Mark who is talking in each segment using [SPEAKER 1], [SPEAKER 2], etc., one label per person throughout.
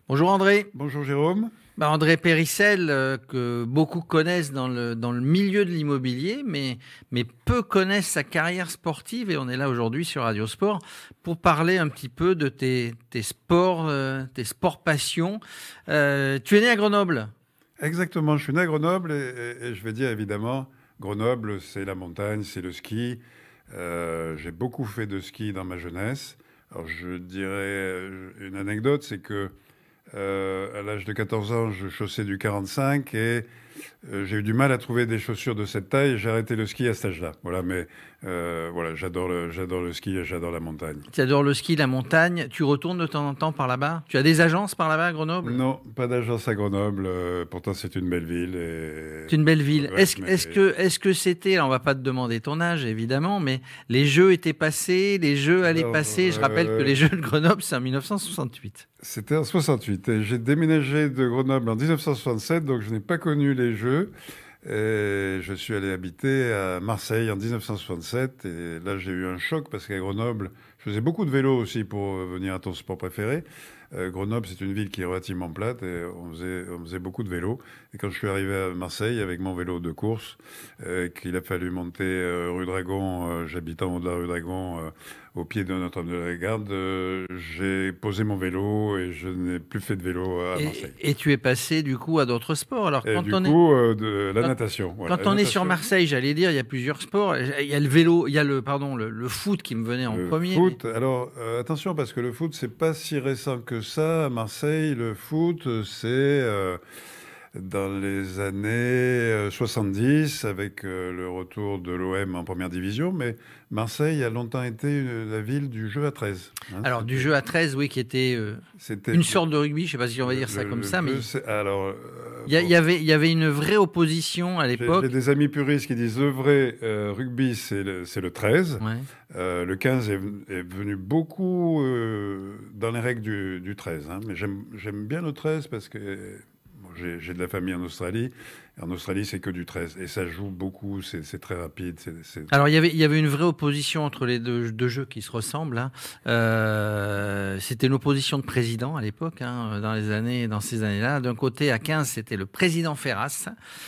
[SPEAKER 1] Bonjour André.
[SPEAKER 2] Bonjour Jérôme.
[SPEAKER 1] André Périssel, que beaucoup connaissent dans le milieu de l'immobilier, mais peu connaissent sa carrière sportive. Et on est là aujourd'hui sur Radio Sport pour parler un petit peu de tes sports passions. Tu es né à Grenoble.
[SPEAKER 2] Exactement, je suis né à Grenoble et je vais dire évidemment, Grenoble c'est la montagne, c'est le ski. J'ai beaucoup fait de ski dans ma jeunesse. Alors je dirais une anecdote, c'est que à l'âge de 14 ans, je chaussais du 45 et j'ai eu du mal à trouver des chaussures de cette taille. J'ai arrêté le ski à cet âge-là. Voilà, mais voilà, j'adore le ski et j'adore la montagne.
[SPEAKER 1] Tu adores le ski, la montagne. Tu retournes de temps en temps par là-bas? Tu as des agences par là-bas à Grenoble?
[SPEAKER 2] Non, pas d'agence à Grenoble. Pourtant, c'est une belle ville.
[SPEAKER 1] C'est une belle ville.
[SPEAKER 2] Ouais,
[SPEAKER 1] Est-ce que c'était, alors on va pas te demander ton âge évidemment, mais les Jeux étaient passés, les Jeux allaient passer. Je rappelle que les Jeux de Grenoble, c'est en 1968.
[SPEAKER 2] C'était en 68 et j'ai déménagé de Grenoble en 1967, donc je n'ai pas connu les Jeux. Et je suis allé habiter à Marseille en 1967 et là j'ai eu un choc parce qu'à Grenoble, je faisais beaucoup de vélo aussi pour venir à ton sport préféré. Grenoble, c'est une ville qui est relativement plate et on faisait beaucoup de vélo. Et quand je suis arrivé à Marseille avec mon vélo de course, qu'il a fallu monter rue Dragon, j'habitais en haut de la rue Dragon, au pied de Notre-Dame-de-la-Garde, j'ai posé mon vélo et je n'ai plus fait de vélo à Marseille.
[SPEAKER 1] Et tu es passé du coup à d'autres sports. Alors
[SPEAKER 2] et de la natation. Voilà,
[SPEAKER 1] quand on est sur Marseille, j'allais dire, il y a plusieurs sports. Il y a le vélo, il y a le foot qui me venait en premier.
[SPEAKER 2] Le foot, alors attention parce que le foot, c'est pas si récent que ça. À Marseille, le foot, c'est dans les années 70 avec le retour de l'OM en première division. Mais Marseille a longtemps été la ville du jeu à 13.
[SPEAKER 1] Alors du jeu à 13, oui, qui était une sorte de rugby. Je sais pas si on va dire ça comme ça, mais
[SPEAKER 2] alors
[SPEAKER 1] il y avait une vraie opposition à l'époque.
[SPEAKER 2] J'ai des amis puristes qui disent le vrai rugby, c'est le 13. Ouais. Le 15 est venu beaucoup dans les règles du 13. Hein. Mais j'aime bien le 13 parce que j'ai de la famille en Australie. En Australie, c'est que du 13. Et ça joue beaucoup, c'est très rapide.
[SPEAKER 1] Alors, il y avait une vraie opposition entre les deux jeux qui se ressemblent. Hein. C'était une opposition de président à l'époque, hein, dans ces années-là. D'un côté, à 15, c'était le président Ferras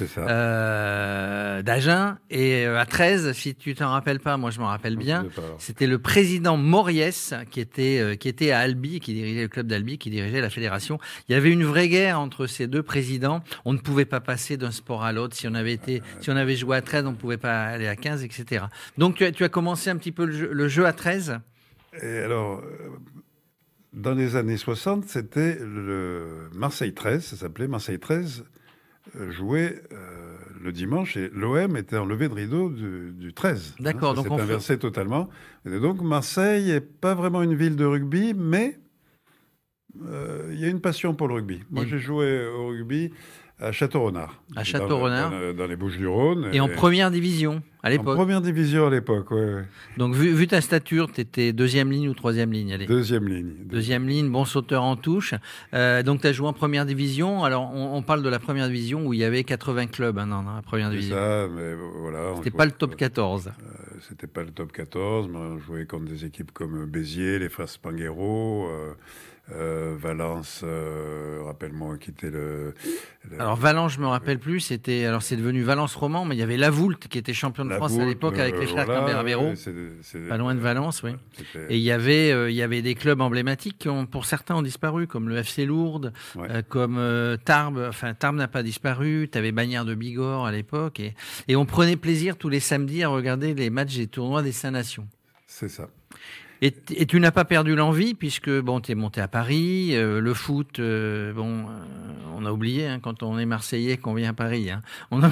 [SPEAKER 1] d'Agen. Et à 13, si tu t'en rappelles pas, moi je m'en rappelle bien, c'était le président Moriès qui était à Albi, qui dirigeait le club d'Albi, qui dirigeait la fédération. Il y avait une vraie guerre entre ces deux présidents. On ne pouvait pas passer d'un sport à l'autre. Si on avait joué à 13, on ne pouvait pas aller à 15, etc. Donc, tu as commencé un petit peu le jeu à 13 ?
[SPEAKER 2] Et alors, dans les années 60, c'était le Marseille 13, ça s'appelait Marseille 13, jouait le dimanche et l'OM était enlevé de rideau du 13.
[SPEAKER 1] D'accord.
[SPEAKER 2] Donc, c'est inversé totalement. Et donc, Marseille n'est pas vraiment une ville de rugby, mais il y a une passion pour le rugby. Moi, j'ai joué au rugby à Château-Renard.
[SPEAKER 1] À Château-Renard.
[SPEAKER 2] Dans les Bouches-du-Rhône.
[SPEAKER 1] Et en première division, à l'époque.
[SPEAKER 2] En première division à l'époque, oui.
[SPEAKER 1] Donc, vu ta stature, tu étais deuxième ligne ou troisième ligne? Allez.
[SPEAKER 2] Deuxième ligne.
[SPEAKER 1] Deuxième ligne, bon sauteur en touche. Donc, tu as joué en première division. Alors, on parle de la première division où il y avait 80 clubs dans la première division.
[SPEAKER 2] C'est ça, mais voilà.
[SPEAKER 1] C'était pas le top 14.
[SPEAKER 2] C'était pas le top 14, mais on jouait contre des équipes comme Béziers, les frères Spanghero, Valence, rappelle-moi qui était
[SPEAKER 1] Alors Valence, je me rappelle plus. C'est devenu Valence Roman, mais il y avait Lavoult qui était champion de France à l'époque avec les frères Camberavero. Pas loin de Valence, oui. Et il y avait des clubs emblématiques qui pour certains ont disparu, comme le FC Lourdes, comme Tarbes. Enfin, Tarbes n'a pas disparu. Tu avais Bagnères de Bigorre à l'époque, et on prenait plaisir tous les samedis à regarder les matchs des tournois des 5 nations.
[SPEAKER 2] C'est ça.
[SPEAKER 1] Et tu n'as pas perdu l'envie puisque tu es monté à Paris, le foot, on a oublié quand on est Marseillais qu'on vient à Paris. Hein.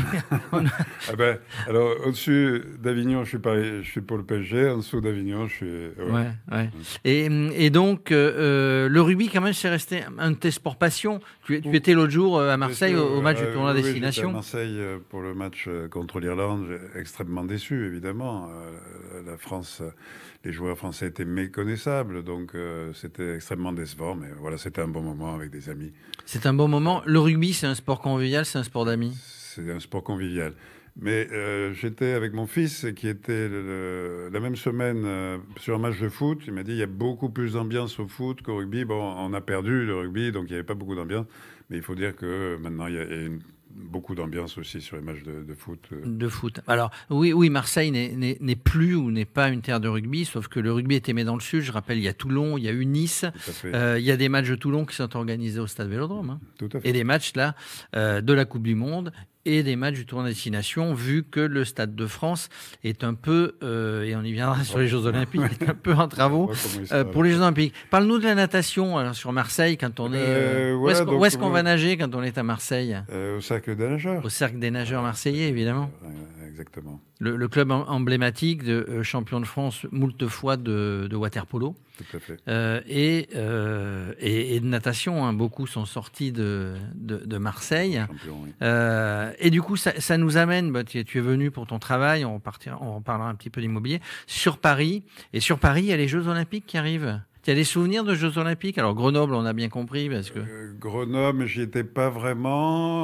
[SPEAKER 2] Alors au-dessus d'Avignon, je suis pour le PSG, en dessous d'Avignon, je suis.
[SPEAKER 1] Ouais. Et donc le rugby quand même c'est resté un de tes sports passion. Tu étais l'autre jour à Marseille au match du tournoi Destination.
[SPEAKER 2] J'étais à Marseille pour le match contre l'Irlande, extrêmement déçu évidemment. La France, les joueurs français étaient méconnaissables, donc c'était extrêmement décevant, mais voilà, c'était un bon moment avec des amis.
[SPEAKER 1] C'est un bon moment. Le rugby, c'est un sport convivial, c'est un sport d'amis?
[SPEAKER 2] C'est un sport convivial. Mais j'étais avec mon fils qui était la même semaine sur un match de foot. Il m'a dit il y a beaucoup plus d'ambiance au foot qu'au rugby. Bon, on a perdu le rugby, donc il n'y avait pas beaucoup d'ambiance. Mais il faut dire que maintenant, il y a beaucoup d'ambiance aussi sur les matchs de foot.
[SPEAKER 1] De foot. Alors, oui, Marseille n'est plus ou n'est pas une terre de rugby, sauf que le rugby est aimé dans le sud. Je rappelle, il y a Toulon, il y a eu Nice. Il y a des matchs de Toulon qui sont organisés au Stade Vélodrome. Hein.
[SPEAKER 2] Tout à fait.
[SPEAKER 1] Et des matchs là de la Coupe du Monde et des matchs du tournoi destination, vu que le Stade de France est un peu, et on y viendra sur les Jeux Olympiques, est un peu en travaux pour les Jeux Olympiques. Parle-nous de la natation alors, sur Marseille, quand on est... où est-ce qu'on va nager quand on est à Marseille ?
[SPEAKER 2] Au Cercle des Nageurs.
[SPEAKER 1] Au Cercle des Nageurs marseillais, évidemment.
[SPEAKER 2] Exactement.
[SPEAKER 1] Le club emblématique de champion de France moult fois de water-polo.
[SPEAKER 2] Tout à fait.
[SPEAKER 1] Et de natation, hein. Beaucoup sont sortis de Marseille.
[SPEAKER 2] Champion, oui.
[SPEAKER 1] Et du coup, ça nous amène, tu es venu pour ton travail, on reparlera un petit peu d'immobilier, sur Paris. Et sur Paris, il y a les Jeux Olympiques qui arrivent. Tu as des souvenirs de Jeux Olympiques ? Alors Grenoble, on a bien compris parce que...
[SPEAKER 2] Grenoble, j'y étais pas vraiment.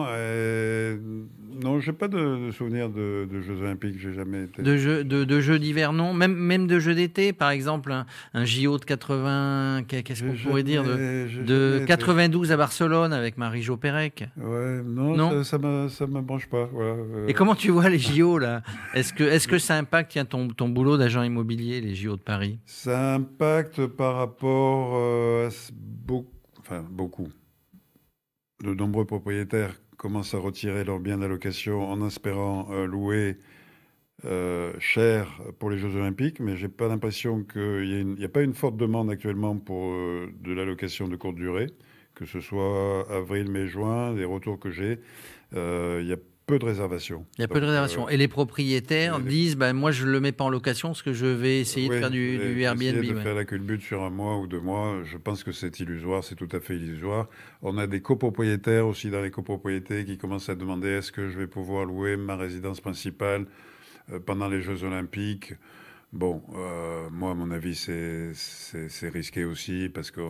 [SPEAKER 2] Non, j'ai pas de souvenirs de Jeux Olympiques. J'ai jamais été.
[SPEAKER 1] De jeux d'hiver, non. Même de jeux d'été, par exemple, un JO de 80. Qu'est-ce qu'on pourrait dire de 92 à Barcelone avec Marie-Jo Pérec.
[SPEAKER 2] Ouais, non. Ça me branche pas. Voilà.
[SPEAKER 1] Et comment tu vois les JO là ? Est-ce que ça impacte ton boulot d'agent immobilier, les JO de Paris ?
[SPEAKER 2] Ça impacte par rapport à beaucoup. De nombreux propriétaires commencent à retirer leurs biens d'allocation en espérant louer cher pour les Jeux Olympiques, mais j'ai pas l'impression qu'il n'y a pas une forte demande actuellement pour de l'allocation de courte durée, que ce soit avril, mai, juin, les retours que j'ai, il y a peu de réservations.
[SPEAKER 1] Il y a peu de réservations. Et les propriétaires disent moi, je ne le mets pas en location parce que je vais essayer de faire du Airbnb.
[SPEAKER 2] De faire la culbute sur 1 mois ou 2 mois, je pense que c'est illusoire, c'est tout à fait illusoire. On a des copropriétaires aussi dans les copropriétés qui commencent à demander est-ce que je vais pouvoir louer ma résidence principale pendant les Jeux Olympiques. Bon, moi, à mon avis, c'est risqué aussi parce que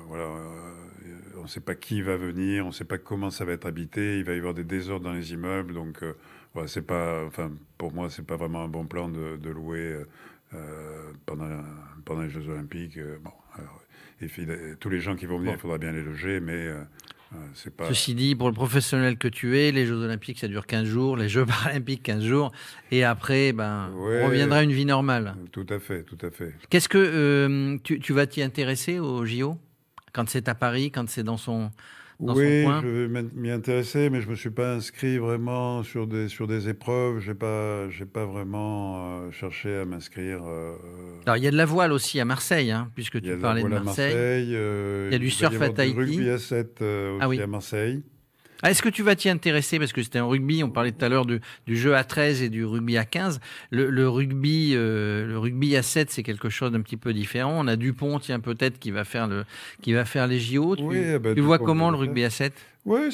[SPEAKER 2] on ne sait pas qui va venir, on ne sait pas comment ça va être habité, il va y avoir des désordres dans les immeubles, donc c'est pas, pour moi, c'est pas vraiment un bon plan de louer pendant les Jeux Olympiques. Tous les gens qui vont venir, il faudra bien les loger, mais c'est pas...
[SPEAKER 1] Ceci dit, pour le professionnel que tu es, les Jeux Olympiques, ça dure 15 jours, les Jeux Paralympiques, 15 jours, et après, on reviendra à une vie normale.
[SPEAKER 2] Tout à fait.
[SPEAKER 1] Qu'est-ce que tu vas t'y intéresser au JO ? Quand c'est à Paris, quand c'est dans son coin ?
[SPEAKER 2] Je vais m'y intéresser, mais je ne me suis pas inscrit vraiment sur des épreuves. Je n'ai pas vraiment cherché à m'inscrire.
[SPEAKER 1] Alors, il y a de la voile aussi à Marseille, hein, puisque tu parlais de Marseille. Il y a du surf à Tahiti.
[SPEAKER 2] Il y a du rugby à 7 aussi à Marseille.
[SPEAKER 1] Est-ce que tu vas t'y intéresser ? Parce que c'était un rugby, on parlait tout à l'heure du jeu à 13 et du rugby à 15. Le rugby à 7, c'est quelque chose d'un petit peu différent. On a Dupont, peut-être, qui va faire les JO. Tu vois comment le rugby à 7 ?
[SPEAKER 2] Oui,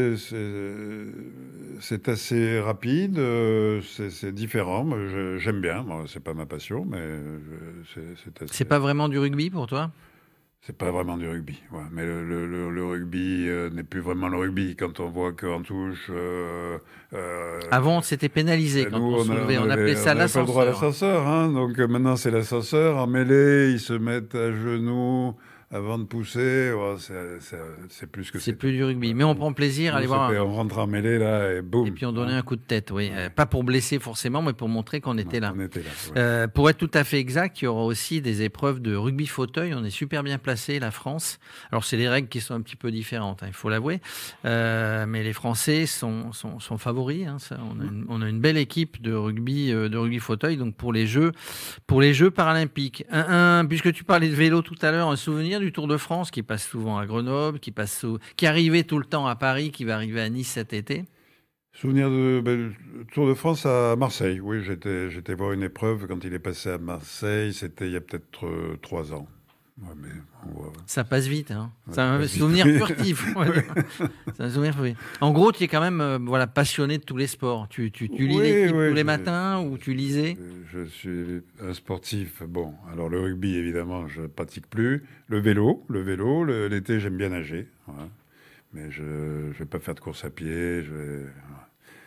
[SPEAKER 2] c'est assez rapide, c'est différent. J'aime bien. Bon, c'est pas ma passion, mais c'est assez...
[SPEAKER 1] C'est pas vraiment du rugby pour toi ?
[SPEAKER 2] C'est pas vraiment du rugby, ouais. Mais le rugby n'est plus vraiment le rugby quand on voit qu'en touche.
[SPEAKER 1] Avant, c'était pénalisé quand on soulevait. On appelait ça l'ascenseur.
[SPEAKER 2] On n'avait pas le droit à l'ascenseur, hein. Donc maintenant c'est l'ascenseur. En mêlée, ils se mettent à genoux avant de pousser. Ouais, c'est plus que
[SPEAKER 1] c'est plus du rugby. Mais on prend plaisir à aller voir.
[SPEAKER 2] On rentre en mêlée là et boum.
[SPEAKER 1] Et puis on donnait un coup de tête, oui. Pas pour blesser forcément, mais pour montrer qu'on était là.
[SPEAKER 2] On était là. Ouais.
[SPEAKER 1] Pour être tout à fait exact, il y aura aussi des épreuves de rugby fauteuil. On est super bien placé, la France. Alors c'est des règles qui sont un petit peu différentes, hein, il faut l'avouer. Mais les Français sont favoris. Hein, ça. On a une belle équipe de rugby fauteuil. Donc pour les Jeux paralympiques. Puisque tu parlais de vélo tout à l'heure, un souvenir du Tour de France qui passe souvent à Grenoble, qui arrivait tout le temps à Paris, qui va arriver à Nice cet été.
[SPEAKER 2] Souvenir du Tour de France à Marseille. Oui, j'étais voir une épreuve quand il est passé à Marseille. C'était il y a peut-être 3 ans. Ouais, mais
[SPEAKER 1] ça passe vite. Hein. C'est un souvenir furtif. C'est un souvenir furtif. En gros, tu es quand même passionné de tous les sports. Tu lis l'équipe tous les matins ou tu lisais ?
[SPEAKER 2] Je suis un sportif. Bon, alors le rugby, évidemment, je ne pratique plus. Le vélo, l'été, j'aime bien nager. Voilà. Mais je ne vais pas faire de course à pied.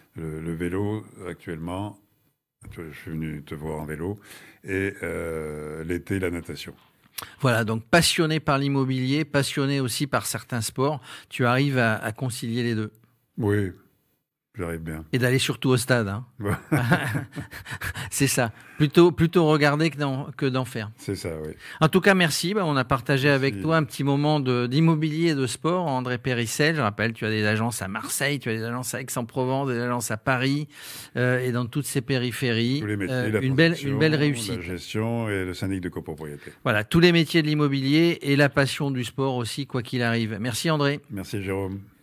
[SPEAKER 2] Le vélo, actuellement, je suis venu te voir en vélo, et l'été, la natation.
[SPEAKER 1] Voilà, donc passionné par l'immobilier, passionné aussi par certains sports, tu arrives à concilier les deux.
[SPEAKER 2] Oui, j'arrive bien.
[SPEAKER 1] Et d'aller surtout au stade. Hein. C'est ça. Plutôt regarder que d'en faire.
[SPEAKER 2] C'est ça, oui.
[SPEAKER 1] En tout cas, merci. On a partagé avec toi un petit moment d'immobilier et de sport. André Périssel, je rappelle, tu as des agences à Marseille, tu as des agences à Aix-en-Provence, des agences à Paris et dans toutes ces périphéries.
[SPEAKER 2] Tous les métiers,
[SPEAKER 1] une belle réussite.
[SPEAKER 2] La gestion et le syndic de copropriété.
[SPEAKER 1] Voilà, tous les métiers de l'immobilier et la passion du sport aussi, quoi qu'il arrive. Merci André.
[SPEAKER 2] Merci Jérôme.